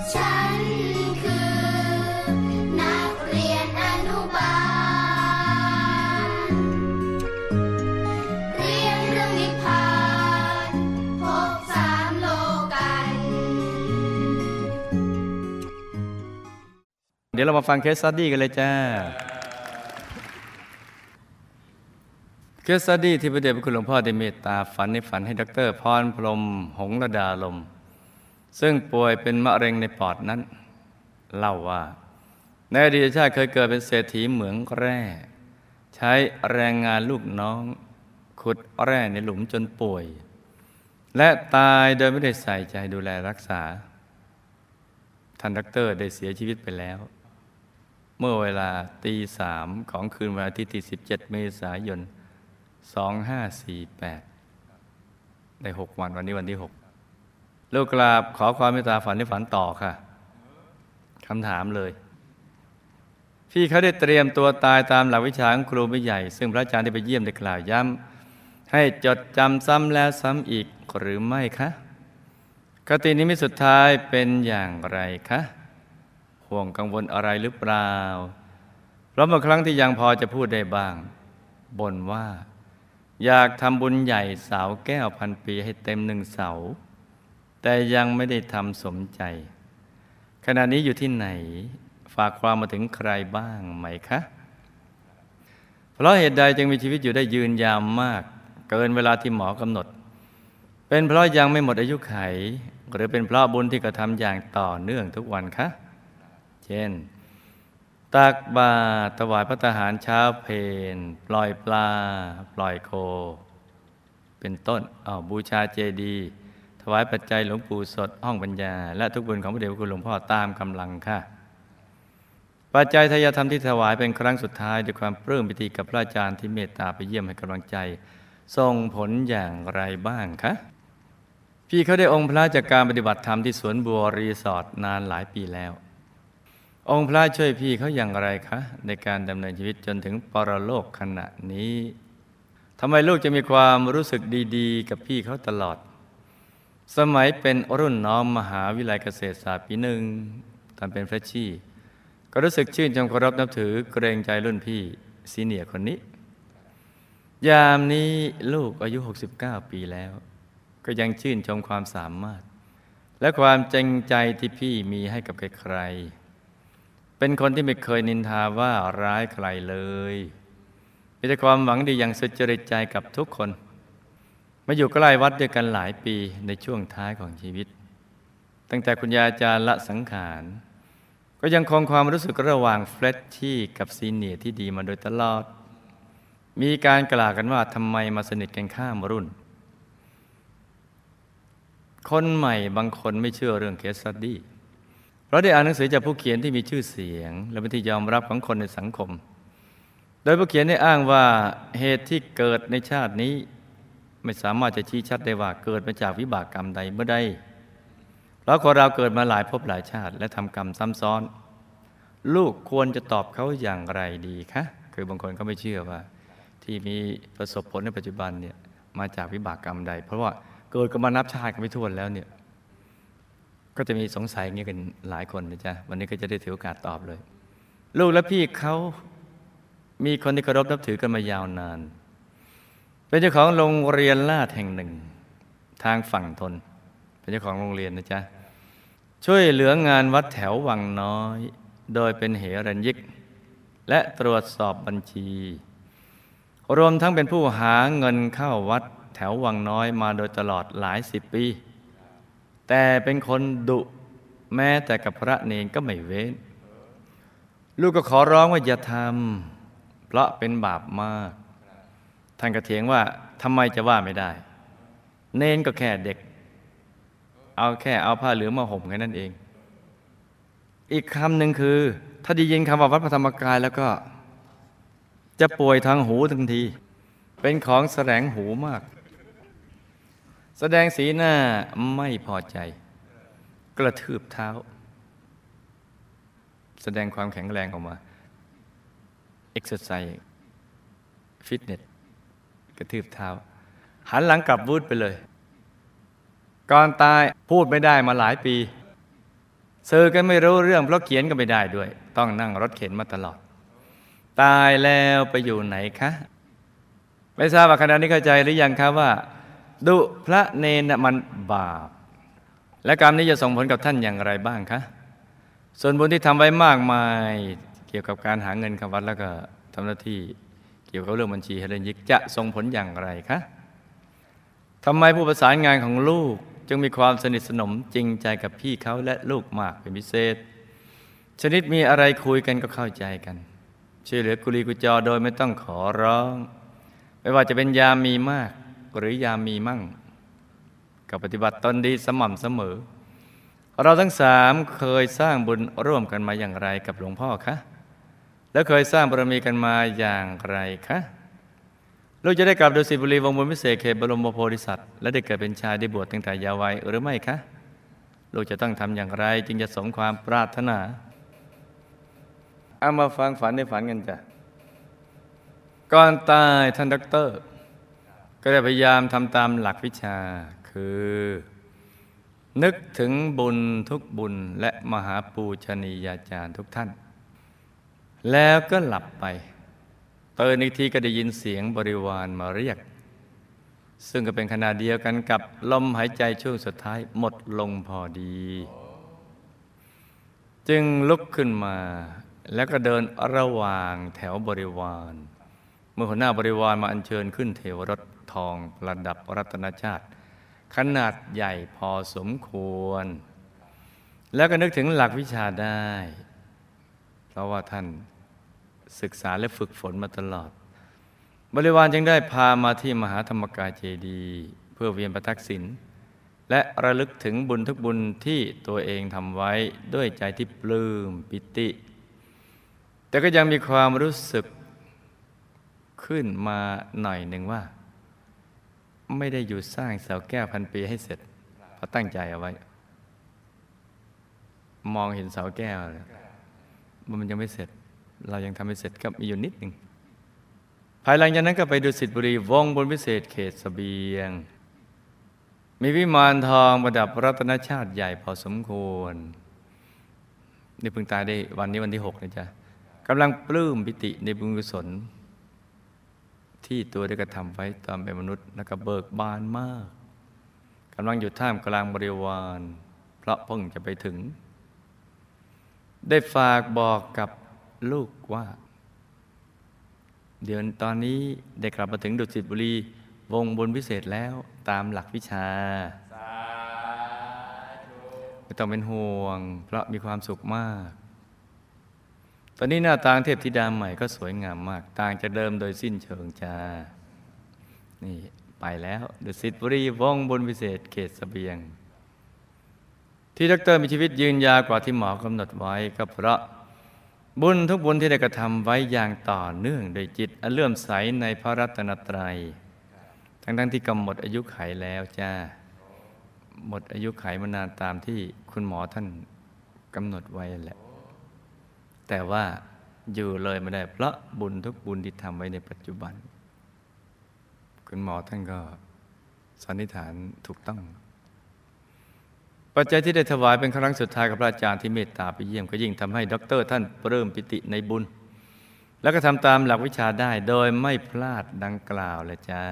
ฉันคือนักเรียนอนุบาลเรียนเรื่องนิพพานพบสามโลกันเดี๋ยวเรามาฟังเคสสตั๊ดดี้กันเลยจ้าเคสสตั๊ดดี้ที่พระเดชพระคุณหลวงพ่อได้เมตตาฝันในฝันให้ดร.พรพรหมหงส์ระดาลมซึ่งป่วยเป็นมะเร็งในปอดนั้นเล่าว่าในอดีตชาติเคยเกิดเป็นเศรษฐีเหมืองแร่ใช้แรงงานลูกน้องขุดแร่ในหลุมจนป่วยและตายโดยไม่ได้ใส่ใจดูแลรักษาท่านดร.ได้เสียชีวิตไปแล้วเมื่อเวลาตี 3ของคืนวันอาทิตย์ที่ 17 เมษายน 2548 ได้ 6 วันนี้วันที่ 6ลูกกราบขอความเมตตาฝันให้ฝันต่อค่ะคำถามเลยพี่เขาได้เตรียมตัวตายตามหลักวิชาของครูไม่ใหญ่ซึ่งพระอาจารย์ได้ไปเยี่ยมได้กล่าวย้ำให้จดจำซ้ำแล้วซ้ำอีกหรือไม่คะคตินิมิตสุดท้ายเป็นอย่างไรคะห่วงกังวลอะไรหรือเปล่าเพราะเมื่อครั้งที่ยังพอจะพูดได้บ้างบ่นว่าอยากทำบุญใหญ่เสาแก้วพันปีให้เต็ม1 เสาแต่ยังไม่ได้ทำสมใจขณะนี้อยู่ที่ไหนฝากความมาถึงใครบ้างไหมคะเพราะเหตุใดจึงมีชีวิตอยู่ได้ยืนยาวมากเกินเวลาที่หมอกำหนดเป็นเพราะยังไม่หมดอายุไขหรือเป็นเพราะบุญที่กระทำอย่างต่อเนื่องทุกวันคะเช่นตักบาตรถวายพระทหารเช้าเพลปล่อยปลาปล่อยโคเป็นต้นบูชาเจดีย์ถวายปัจจัยหลวงปู่สดห้องปัญญาและทุกบุญของพระเดชพระคุณหลวงพ่อตามกำลังค่ะปัจจัยทายธรรมที่ถวายเป็นครั้งสุดท้ายด้วยความปลื้มปิติกับพระอาจารย์ที่เมตตาไปเยี่ยมให้กำลังใจส่งผลอย่างไรบ้างคะพี่เขาได้องค์พระจากการปฏิบัติธรรมที่สวนบัวรีสอร์ทนานหลายปีแล้วองค์พระช่วยพี่เขาอย่างไรคะในการดำเนินชีวิตจนถึงปรโลกขณะนี้ทำไมลูกจะมีความรู้สึกดีๆกับพี่เขาตลอดสมัยเป็นรุ่นน้องมหาวิทยาลัยเกษตรศาสตร์ปี 1ตอนเป็นเฟรชชี่ก็รู้สึกชื่นชมเคารพนับถือเกรงใจรุ่นพี่ซีเนียร์คนนี้ยามนี้ลูกอายุ69 ปีแล้วก็ยังชื่นชมความสามารถและความจริงใจที่พี่มีให้กับใครๆเป็นคนที่ไม่เคยนินทาว่าร้ายใครเลยมีแต่ความหวังดีอย่างสุจริตใจกับทุกคนมาอยู่ใกล้วัดด้วยกันหลายปีในช่วงท้ายของชีวิตตั้งแต่คุณยายอาจารย์ละสังขารก็ยังคงความรู้สึกระหว่างเฟรชชี่กับซีเนียร์ที่ดีมาโดยตลอดมีการกล่าวกันว่าทำไมมาสนิทกันข้ามรุ่นคนใหม่บางคนไม่เชื่อเรื่องเคสสตั๊ดดี้เพราะได้อ่านหนังสือจากผู้เขียนที่มีชื่อเสียงและเป็นที่ยอมรับของคนในสังคมโดยผู้เขียนได้อ้างว่าเหตุที่เกิดในชาตินี้ไม่สามารถจะชี้ชัดได้ว่าเกิดมาจากวิบากกรรมใดเมื่อใดเพราะคนเราเกิดมาหลายภพหลายชาติและทำกรรมซ้ำซ้อนลูกควรจะตอบเขาอย่างไรดีคะคือบางคนเขาไม่เชื่อว่าที่มีประสบผลในปัจจุบันเนี่ยมาจากวิบากกรรมใดเพราะว่าเกิดกันมานับชาติกันไม่ถ้วนแล้วเนี่ยก็จะมีสงสัยอย่างนี้กันหลายคนนะจ๊ะวันนี้ก็จะได้ถือโอกาสตอบเลยลูกและพี่เขามีคนที่เคารพนับถือกันมายาวนานเป็นเจ้าของโรงเรียนลาดแห่งหนึ่งทางฝั่งทนเป็นเจ้าของโรงเรียนนะจ๊ะช่วยเหลืองานวัดแถววังน้อยโดยเป็นเหรัญญิกและตรวจสอบบัญชีรวมทั้งเป็นผู้หาเงินเข้าวัดแถววังน้อยมาโดยตลอดหลาย10 ปีแต่เป็นคนดุแม้แต่กับพระเนรก็ไม่เว้นลูกก็ขอร้องว่าอย่าทำเพราะเป็นบาปมากท่านก็เถียงว่าทำไมจะว่าไม่ได้เนรก็แค่เด็กเอาผ้าเหลืองมาห่มแค่นั้นเองอีกคำหนึ่งคือถ้าได้ยินคำว่าวัดพระธรรมกายแล้วก็จะป่วยทางหูทันทีเป็นของแสลงหูมากแสดงสีหน้าไม่พอใจกระทืบเท้าแสดงความแข็งแรงออกมาเอ็กซ์ไซส์ฟิตเนสกระทืบเท้าหันหลังกลับวูดไปเลยก่อนตายพูดไม่ได้มาหลายปีสื่อกันไม่รู้เรื่องเพราะเขียนก็ไม่ได้ด้วย ต้องนั่งรถเข็นมาตลอดตายแล้วไปอยู่ไหนคะไม่ทราบว่าขณะนี้เข้าใจหรือยังครับว่าดุพระเนรมันบาปและกรรมนี้จะส่งผลกับท่านอย่างไรบ้างคะส่วนบุญที่ทำไว้มากมายเกี่ยวกับการหาเงินเข้าวัดแล้วก็ทำหน้าที่เกี่ยวกับเรื่องบัญชีเฮเลนยิกจะส่งผลอย่างไรคะทำไมผู้ประสานงานของลูกจึงมีความสนิทสนมจริงใจกับพี่เขาและลูกมากเป็นพิเศษชนิดมีอะไรคุยกันก็เข้าใจกันช่วยเหลือกุลีกุจอโดยไม่ต้องขอร้องไม่ว่าจะเป็นยามมีมากหรือยามมีมั่งกับปฏิบัติตนดีสม่ำเสมอเราทั้งสามเคยสร้างบุญร่วมกันมาอย่างไรกับหลวงพ่อคะแล้วเคยสร้างบารมีกันมาอย่างไรคะลูกจะได้กลับดุสิตบุรีวงบุญวิเศษเขตบรมโพธิสัตว์และได้เกิดเป็นชายได้บวชตั้งแต่เยาว์วัยหรือไม่คะลูกจะต้องทำอย่างไรจึงจะสมความปรารถนาเอามาฟังฝันในฝันกันจ้ะก่อนตายท่านด็อกเตอร์ก็ได้พยายามทำตามหลักวิชาคือนึกถึงบุญทุกบุญและมหาปูชนียาจารย์ทุกท่านแล้วก็หลับไปตื่นอีกทีก็ได้ยินเสียงบริวารมาเรียกซึ่งก็เป็นขณะเดียวกันกับลมหายใจช่วงสุดท้ายหมดลงพอดีจึงลุกขึ้นมาแล้วก็เดินระหว่างแถวบริวารเมื่อหัวหน้าบริวารมาอัญเชิญขึ้นเทวรถทองประดับรัตนชาติขนาดใหญ่พอสมควรแล้วก็นึกถึงหลักวิชาได้เพราะว่าท่านศึกษาและฝึกฝนมาตลอดบริวารจึงได้พามาที่มหาธรรมกายเจดีย์เพื่อเวียนประทักษิณและระลึกถึงบุญทุกบุญที่ตัวเองทำไว้ด้วยใจที่ปลื้มปิติแต่ก็ยังมีความรู้สึกขึ้นมาหน่อยหนึ่งว่าไม่ได้อยู่สร้างเสาแก้วพันปีให้เสร็จเพราะตั้งใจเอาไว้มองเห็นเสาแก้วมันยังไม่เสร็จเรายังทำไม่เสร็จก็มีอยู่นิดหนึ่งภายหลังจากนั้นก็ไปดุสิตบุรีวงบุญวิเศษเขตเสบียงมีวิมานทองประดับรัตนชาติใหญ่พอสมควรนี่เพิ่งตายได้วันนี้วันที่6นะจ๊ะกำลังปลื้มปิติในบุญกุศลที่ตัวได้กระทำไว้ตอนเป็นมนุษย์แล้วก็เบิกบานมากกำลังอยู่ท่ามกลางบริวารเพราะเพิ่งจะไปถึงได้ฝากบอกกับลูกว่าเดี๋ยวตอนนี้ได้กลับมาถึงดุสิตบุรีวงบุญพิเศษแล้วตามหลักวิชาไม่ต้องเป็นห่วงเพราะมีความสุขมากตอนนี้หน้าต่างเทพธิดาใหม่ก็สวยงามมากต่างจากเดิมโดยสิ้นเชิงจ้านี่ไปแล้วดุสิตบุรีวงบุญพิเศษเขตเสบียงที่ดร.มีชีวิตยืนยาวกว่าที่หมอกำหนดไว้ก็เพราะบุญทุกบุญที่ได้กระทำไว้อย่างต่อเนื่องโดยจิตอันเลื่อมใสในพระรัตนตรัยทั้งที่กำหนดอายุขัยแล้วจ้าหมดอายุขัยมานานตามที่คุณหมอท่านกำหนดไว้แหละแต่ว่าอยู่เลยไม่ได้เพราะบุญทุกบุญที่ทำไว้ในปัจจุบันคุณหมอท่านก็สันนิษฐานถูกต้องปัจจัยที่ได้ถวายเป็นครั้งสุดท้ายกับพระอาจารย์ที่เมตตาไปเยี่ยมก็ยิ่งทำให้ด็อกเตอร์ท่านปลื้มปิติในบุญแล้วก็ทำตามหลักวิชาได้โดยไม่พลาดดังกล่าวเลยจ้า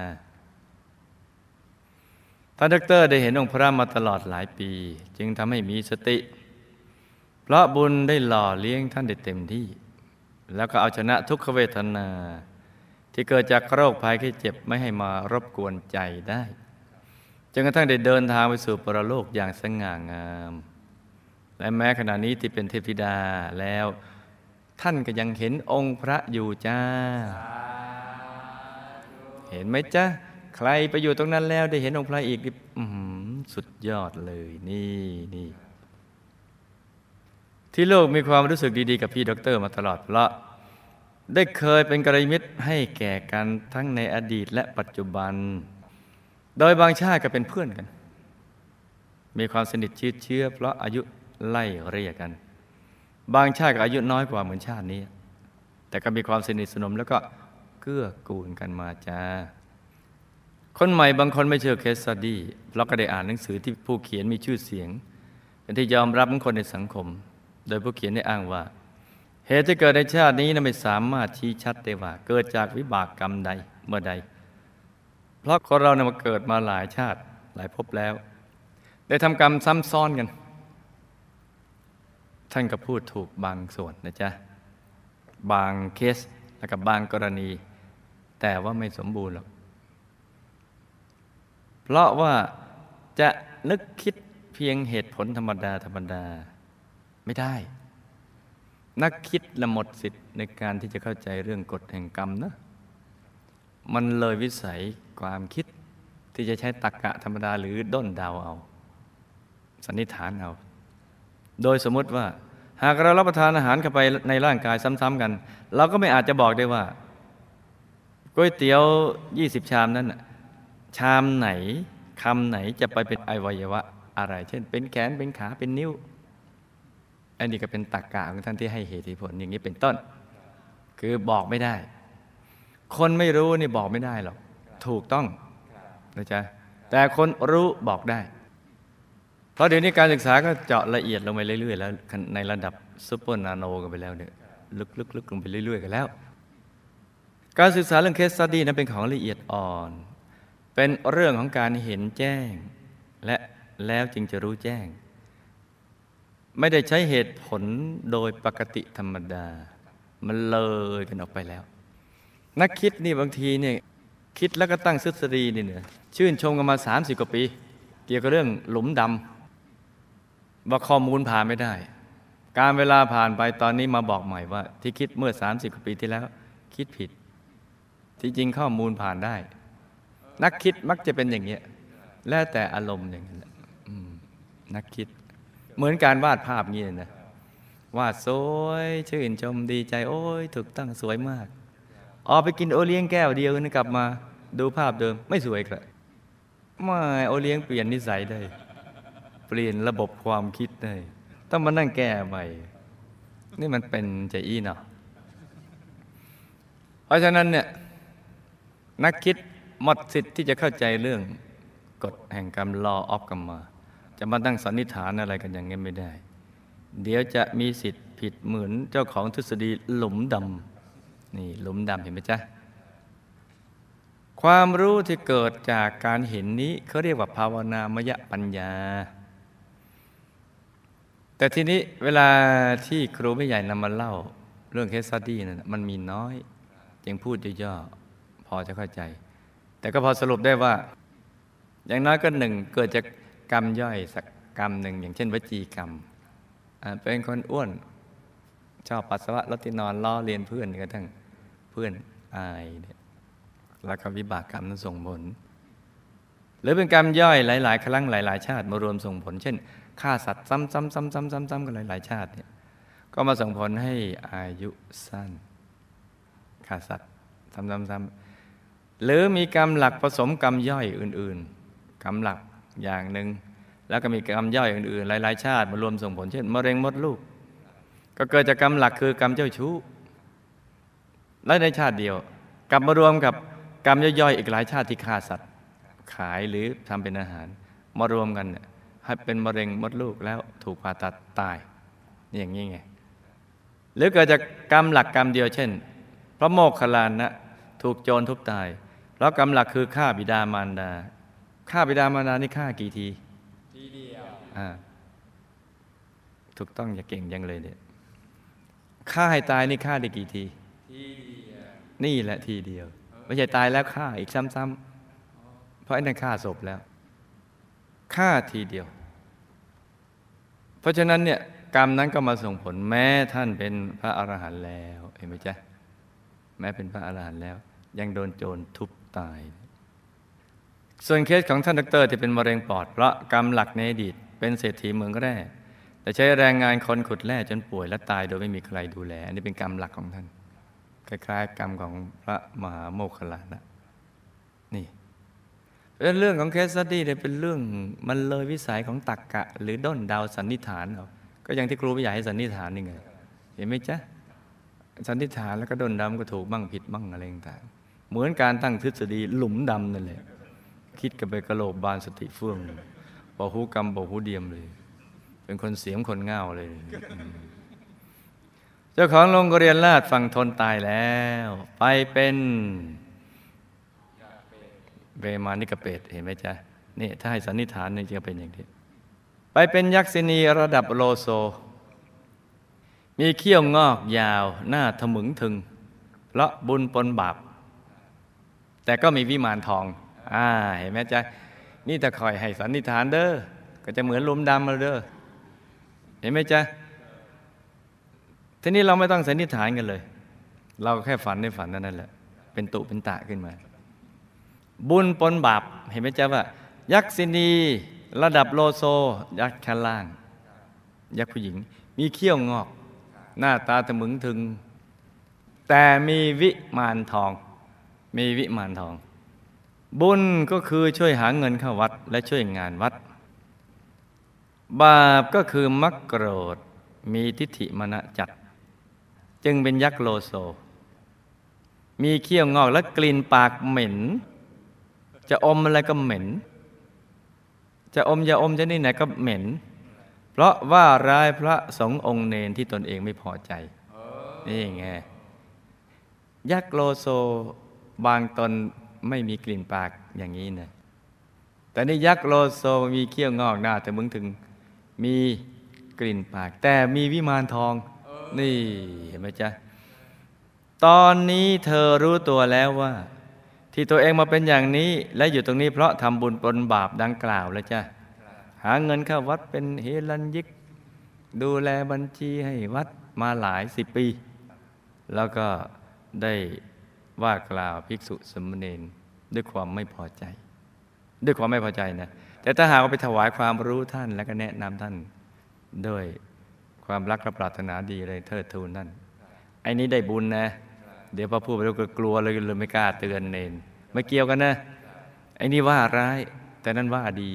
ท่านด็อกเตอร์ได้เห็นองค์พระมาตลอดหลายปีจึงทำให้มีสติเพราะบุญได้หล่อเลี้ยงท่านได้เต็มที่แล้วก็เอาชนะทุกขเวทนาที่เกิดจากโรคภัยไข้เจ็บไม่ให้มารบกวนใจได้จนกระทั่งได้เดินทางไปสู่ปรโลกอย่างสง่างามและแม้ขณะนี้ที่เป็นเทพธิดาแล้วท่านก็ยังเห็นองค์พระอยู่จ้าเห็นไหมจ๊ะใครไปอยู่ตรงนั้นแล้วได้เห็นองค์พระอีกสุดยอดเลยนี่ที่โลกมีความรู้สึกดีๆกับพี่ด็อกเตอร์มาตลอดเพราะได้เคยเป็นกัลยาณมิตรให้แก่กันทั้งในอดีตและปัจจุบันโดยบางชาติก็เป็นเพื่อนกันมีความสนิทชิดเชื้อเพราะอายุไล่เรียกกันบางชาติก็อายุน้อยกว่าเหมือนชาตินี้แต่ก็มีความสนิทสนมแล้วก็เกื้อกูลกันมาจ้าคนใหม่บางคนไม่เชื่อเคสสตี้เพราะก็ได้อ่านหนังสือที่ผู้เขียนมีชื่อเสียงเป็นที่ยอมรับของคนในสังคม โดยผู้เขียนได้อ้างว่าเหตุที่เกิดในชาตินี้นั้นไม่สามารถชี้ชัดได้ว่าเกิดจากวิบากกรรมใดเมื่อใดเพราะคนเรามาเกิดมาหลายชาติหลายภพแล้วได้ทำกรรมซ้ำซ้อนกันท่านก็พูดถูกบางส่วนนะจ๊ะบางเคสและกับบางกรณีแต่ว่าไม่สมบูรณ์หรอกเพราะว่าจะนึกคิดเพียงเหตุผลธรรมดาไม่ได้นักคิดละหมดสิทธิ์ในการที่จะเข้าใจเรื่องกฎแห่งกรรมนะมันเลยวิสัยความคิดที่จะใช้ตรรกะธรรมดาหรือด้นเดาเอาสันนิษฐานเอาโดยสมมติว่าหากเรารับประทานอาหารเข้าไปในร่างกายซ้ำๆกันเราก็ไม่อาจจะบอกได้ว่าก๋วยเตี๋ยว20 ชามนั้นชามไหนคำไหนจะไปเป็นอวัยวะอะไรเช่นเป็นแขนเป็นขาเป็นนิ้วอันนี้ก็เป็นตรรกะของท่านที่ให้เหตุผลอย่างนี้เป็นต้นคือบอกไม่ได้คนไม่รู้นี่บอกไม่ได้หรอกถูกต้องนะจ๊ะแต่คนรู้บอกได้เพราะเดี๋ยวนี้การศึกษาก็เจาะละเอียดลงไปเรื่อยๆแล้วในระดับซุปเปอร์นาโนกันไปแล้วเนี่ยลึกลงไปเรื่อยๆกันแล้วการศึกษาเรื่องเคสสตั๊ดดี้นั้นเป็นของละเอียดอ่อนเป็นเรื่องของการเห็นแจ้งและแล้วจึงจะรู้แจ้งไม่ได้ใช้เหตุผลโดยปกติธรรมดามันเลยกันออกไปแล้วนักคิดนี่บางทีเนี่ยคิดแล้วก็ตั้งทฤษฎีนี่เนี่ยชื่นชมกันมา30 กว่าปีเกี่ยวกับเรื่องหลุมดำว่าข้อมูลผ่านไม่ได้การเวลาผ่านไปตอนนี้มาบอกใหม่ว่าที่คิดเมื่อ30 กว่าปีที่แล้วคิดผิดที่จริงข้อมูลผ่านได้นักคิดมักจะเป็นอย่างเงี้ยแล้วแต่อารมณ์อย่างนั้นนักคิดเหมือนการวาดภาพงี้นะวาดสวยชื่นชมดีใจโอ้ยถูกตั้งสวยมากออกไปกินโอเลี้ยงแก้วเดียวนึกกลับมาดูภาพเดิมไม่สวยครับไม่โอเลี้ยงเปลี่ยนนิสัยได้เปลี่ยนระบบความคิดได้ต้องมานั่งแก้ใหม่นี่มันเป็นใจอี้เนาะเพราะฉะนั้นเนี่ยนักคิดหมดสิทธิ์ที่จะเข้าใจเรื่องกฎแห่งกรรม law of กรรมจะมาตั้งสันนิษฐานอะไรกันอย่างนี้ไม่ได้เดี๋ยวจะมีสิทธิ์ผิดเหมือนเจ้าของทฤษฎีหลุมดำนี่หลุมดำเห็นไหมจ๊ะความรู้ที่เกิดจากการเห็นนี้เขาเรียกว่าภาวนามยปัญญาแต่ทีนี้เวลาที่ครูไม่ใหญ่นำมาเล่าเรื่องเคสสตั๊ดดี้นั้นมันมีน้อยจึงพูดย่อๆพอจะเข้าใจแต่ก็พอสรุปได้ว่าอย่างน้อยก็1เกิดจากกรรมย่อยสักกรรมหนึ่งอย่างเช่นวจีกรรมเป็นคนอ้วนชอบปัสสาวะรถที่นอนล้อเลียนเพื่อนกระทั่งเพื่อนอายเนี่ยแล้วก็วิบากกรรมนั้นส่งผลหรือเป็นกรรมย่อยหลายๆครั้งหลายๆชาติมารวมส่งผลเช่นฆ่าสัตว์ซ้ำๆกันหลายๆชาติเนี่ยก็มาส่งผลให้อายุสั้นฆ่าสัตว์ซ้ำๆหรือมีกรรมหลักผสมกรรมย่อยอื่นๆกรรมหลักอย่างหนึ่งแล้วก็มีกรรมย่อยอื่นๆหลายๆชาติมารวมส่งผลเช่นมะเร็งมดลูกก็เกิดจากกรรมหลักคือกรรมเจ้าชู้และในชาติเดียวกลับมารวมกับกรรมย่อยๆอีกหลายชาติที่ฆ่าสัตว์ขายหรือทำเป็นอาหารมารวมกันให้เป็นมะเร็งมดลูกแล้วถูกผ่าตัดตายอย่างนี้ไงหรือเกิดจากกรรมหลักกรรมเดียวเช่นพระโมคคัลลานะถูกโจรทุบตายเพราะกรรมหลักคือฆ่าบิดามารดาฆ่าบิดามารดานี่ฆ่ากี่ทีเดียวถูกต้องอย่าเก่งยังเลยเนี่ยฆ่าให้ตายนี่ฆ่าได้กี่ทีนี่แหละทีเดียวไม่ใช่ตายแล้วฆ่าอีกซ้ำๆเพราะไอ้นั่นฆ่าศพแล้วฆ่าทีเดียวเพราะฉะนั้นเนี่ยกรรมนั้นก็มาส่งผลแม้ท่านเป็นพระอรหันต์แล้วเห็นไหมจ๊ะแม้เป็นพระอรหันต์แล้วยังโดนโจรทุบตายส่วนเคสของท่านดร.ที่เป็นมะเร็งปอดเพราะกรรมหลักในอดีตเป็นเศรษฐีเมืองแร่แต่ใช้แรงงานคนขุดแร่จนป่วยและตายโดยไม่มีใครดูแลอันนี้เป็นกรรมหลักของท่านคล้ายๆกรรมของพระมหาโมคคัลลานะนี่เป็นเรื่องของเคสสตั๊ดดี้เนี่ยเป็นเรื่องมันเลยวิสัยของตรรกะหรือด้นเดาสันนิษฐานเอาก็อย่างที่ครูไม่อยากให้สันนิษฐานนี่ไงเห็นไหมจ๊ะสันนิษฐานแล้วก็ด้นเดาก็ถูกบ้างผิดบ้างอะไรต่างๆเหมือนการตั้งทฤษฎีหลุมดำนั่นแหละคิดกันไปกะโหลกบานสติเฟื่องบ่หูกรรมบ่หูเดียมเลยเป็นคนเสียมคนง่าวเลย เจ้าของโรงเรียนลาดฝั่งทนตายแล้วไปเป็นเวมานิกเปตเห็นไหมจ๊ะนี่ถ้าให้สันนิษฐานนี่จะเป็นอย่างนี้ไปเป็นยักษินีระดับโลโซมีเขี้ยวงอกยาวหน้าทะมึงถึงเพราะบุญปนบาปแต่ก็มีวิมานทองเห็นไหมจ๊ะนี่ถ้าคอยให้สันนิษฐานเด้อก็จะเหมือนหลุมดำมาเด้อเห็นไหมจ๊ะทีนี้เราไม่ต้องสันนิษฐานกันเลยเราแค่ฝันในฝันนั่นแหละเป็นตุเป็นตะขึ้นมาบุญปนบาปเห็นไหมจ๊ะว่ายักษินีระดับโลโซยักษ์ชั้นล่างยักษ์ผู้หญิงมีเขี้ยวงอกหน้าตาทะมึงถึงแต่มีวิมานทองมีวิมานทองบุญก็คือช่วยหาเงินเข้าวัดและช่วยงานวัดบาปก็คือมักโกรธมีทิฏฐิมานะจัดจึงเป็นยักษ์โลโซมีเขี้ยวงอกและกลิ่นปากเหม็นจะอมอะไรก็เหม็นจะอมอย่าอมจะนี่ไหนก็เหม็นเพราะว่าร้ายพระสงฆ์องค์เนรที่ตนเองไม่พอใจนี่ไงยักษ์โลโซบางตนไม่มีกลิ่นปากอย่างนี้นะแต่นี่ยักษ์โลโซมีเขี้ยวงอกหน้าแต่มึงถึงมีกลิ่นปากแต่มีวิมานทองนี่เห็นไหมจ๊ะตอนนี้เธอรู้ตัวแล้วว่าที่ตัวเองมาเป็นอย่างนี้และอยู่ตรงนี้เพราะทำบุญปนบาปดังกล่าวแล้วจ้ะหาเงินเข้าวัดเป็นเฮลัญญิกดูแลบัญชีให้วัดมาหลาย10 ปีแล้วก็ได้ว่ากล่าวภิกษุสามเณรด้วยความไม่พอใจนะแต่ถ้าหากว่าไปถวายความรู้ท่านแล้วก็แนะนำท่านด้วยความรักและปรารถนาดีเลยเทิดทูนท่านไอ้นี้ได้บุญนะเดี๋ยวพอพูดไปแล้วก็กลัวเลยไม่กล้าเตือนเนรไม่เกี่ยวกันนะไอ้นี่ว่าร้ายแต่นั่นว่าดี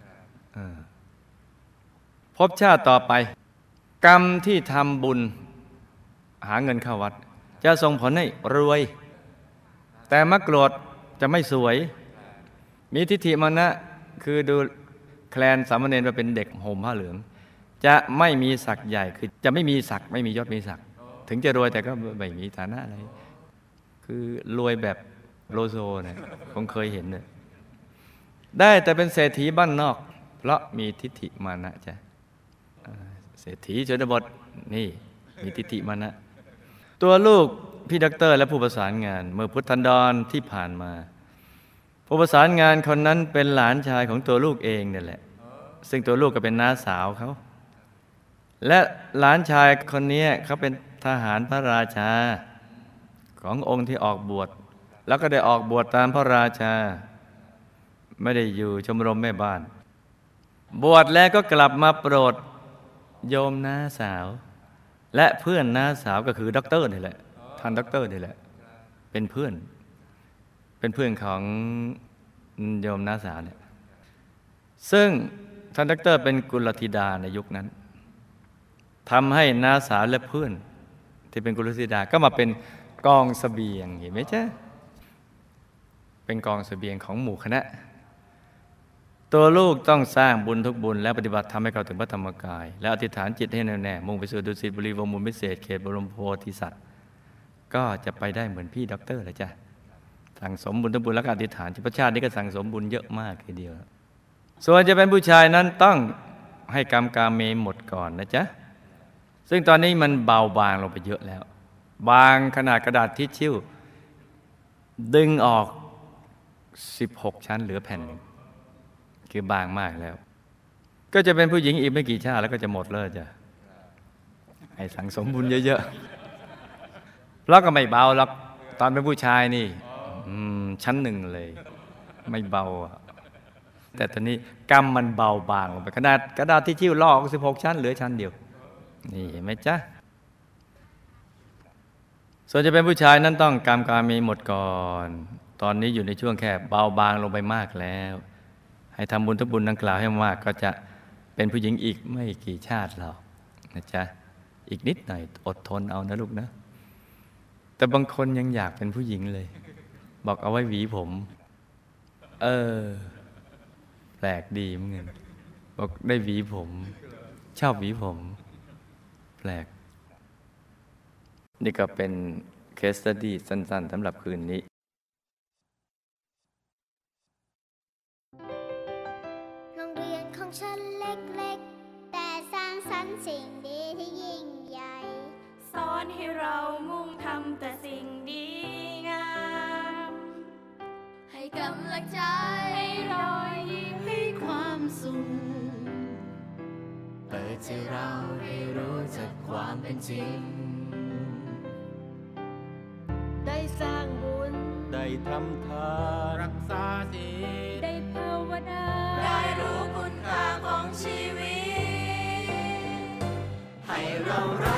พบชาติต่อไปกรรมที่ทำบุญหาเงินเข้าวัดจะส่งผลให้รวยแต่มักโกรธจะไม่สวยมีทิฏฐิมานะคือดูแคลนสามเณรมาเป็นเด็กห่มผ้าเหลืองจะไม่มีศักดิ์ใหญ่คือจะไม่มีศักดิ์ไม่มียศมีศักดิ์ถึงจะรวยแต่ก็ไม่มีฐานะอะไรคือรวยแบบโลโซนะคงเคยเห็นเนี่ยได้แต่เป็นเศรษฐีบ้านนอกเพราะมีทิฏฐิมานะจ้ะเศรษฐีชนบทนี่มีทิฏฐิมานะตัวลูกพี่ด็อกเตอร์และผู้ประสานงานเมื่อพุทธันดรที่ผ่านมาผู้ประสานงานคนนั้นเป็นหลานชายของตัวลูกเองเนี่ยแหละซึ่งตัวลูกก็เป็นน้าสาวเขาและหลานชายคนนี้เขาเป็นทหารพระราชาขององค์ที่ออกบวชแล้วก็ได้ออกบวชตามพระราชาไม่ได้อยู่ชมรมแม่บ้านบวชแล้วก็กลับมาโปรดโยมน้าสาวและเพื่อนน้าสาวก็คือด็อกเตอร์นี่แหละท่านด็อกเตอร์นี่แหละเป็นเพื่อนของโยมน้าสาวเนี่ยซึ่งท่านด็อกเตอร์เป็นกุลธิดาในยุคนั้นทำให้น้าสาวและเพื่อนที่เป็นกุลธิดาก็มาเป็นกองเสบียงเห็นไหมจ๊ะเป็นกองเสบียงของหมู่คณะตัวลูกต้องสร้างบุญทุกบุญและปฏิบัติทำให้เข้าถึงพระธรรมกายและอธิษฐานจิตให้แน่วแน่มุ่งไปสู่ดุสิตบุรีวงศ์มูลพิเศษเขตบรมโพธิสัตว์ก็จะไปได้เหมือนพี่ด็อกเตอร์เลยจ้ะสั่งสมบุญทุกบุญแล้วก็อธิษฐานที่พระชาตินี้ก็สั่งสมบุญเยอะมากทีเดียวส่วนจะเป็นผู้ชายนั้นต้องให้กรรมกาเมหมดก่อนนะจ๊ะซึ่งตอนนี้มันเบาบางลงไปเยอะแล้วบางขนาดกระดาษทิชชู่ดึงออก16 ชั้นเหลือแผ่นหนึ่งคือบางมากแล้วก็จะเป็นผู้หญิงอีกไม่กี่ชาติแล้วก็จะหมดเลยจ้ะให้สั่งสมบุญเยอะๆเพราะก็ไม่เบาหรอกตอนเป็นผู้ชายนี่ชั้น 1เลยไม่เบาแต่ตอนนี้กรรมมันเบาบางลงไปขนาดกระดาษทิชชู่ลอก16 ชั้นเหลือชั้นเดียวนี่เห็นไหมจ๊ะส่วนจะเป็นผู้ชายนั้นต้องกรรมกามีหมดก่อนตอนนี้อยู่ในช่วงแค่เบาบางลงไปมากแล้วให้ทำบุญทุกบุญดังกล่าวให้มากก็จะเป็นผู้หญิงอีกไม่กี่ชาติหรอกนะจ๊ะอีกนิดหน่อยอดทนเอานะลูกนะแต่บางคนยังอยากเป็นผู้หญิงเลยบอกเอาไว้หวีผมแปลกดีเหมือนกันบอกได้หวีผมชอบหวีผมแปลกนี่ก็เป็นเคสสตัดดี้สั้นๆสำหรับคืนนี้โรงเรียนของฉันเล็กๆแต่สร้างสรรค์สิ่งดีที่ยิ่งใหญ่สอนให้เรามุ่งทำแต่สิ่งดีงามให้กำลังใจให้รอยยิ้มให้ความสุขเปิดใจเราให้รู้จักความเป็นจริงได้สร้างบุญได้ทำทานรักษาศีลได้ภาวนาได้รู้คุณค่าของชีวิตให้เรา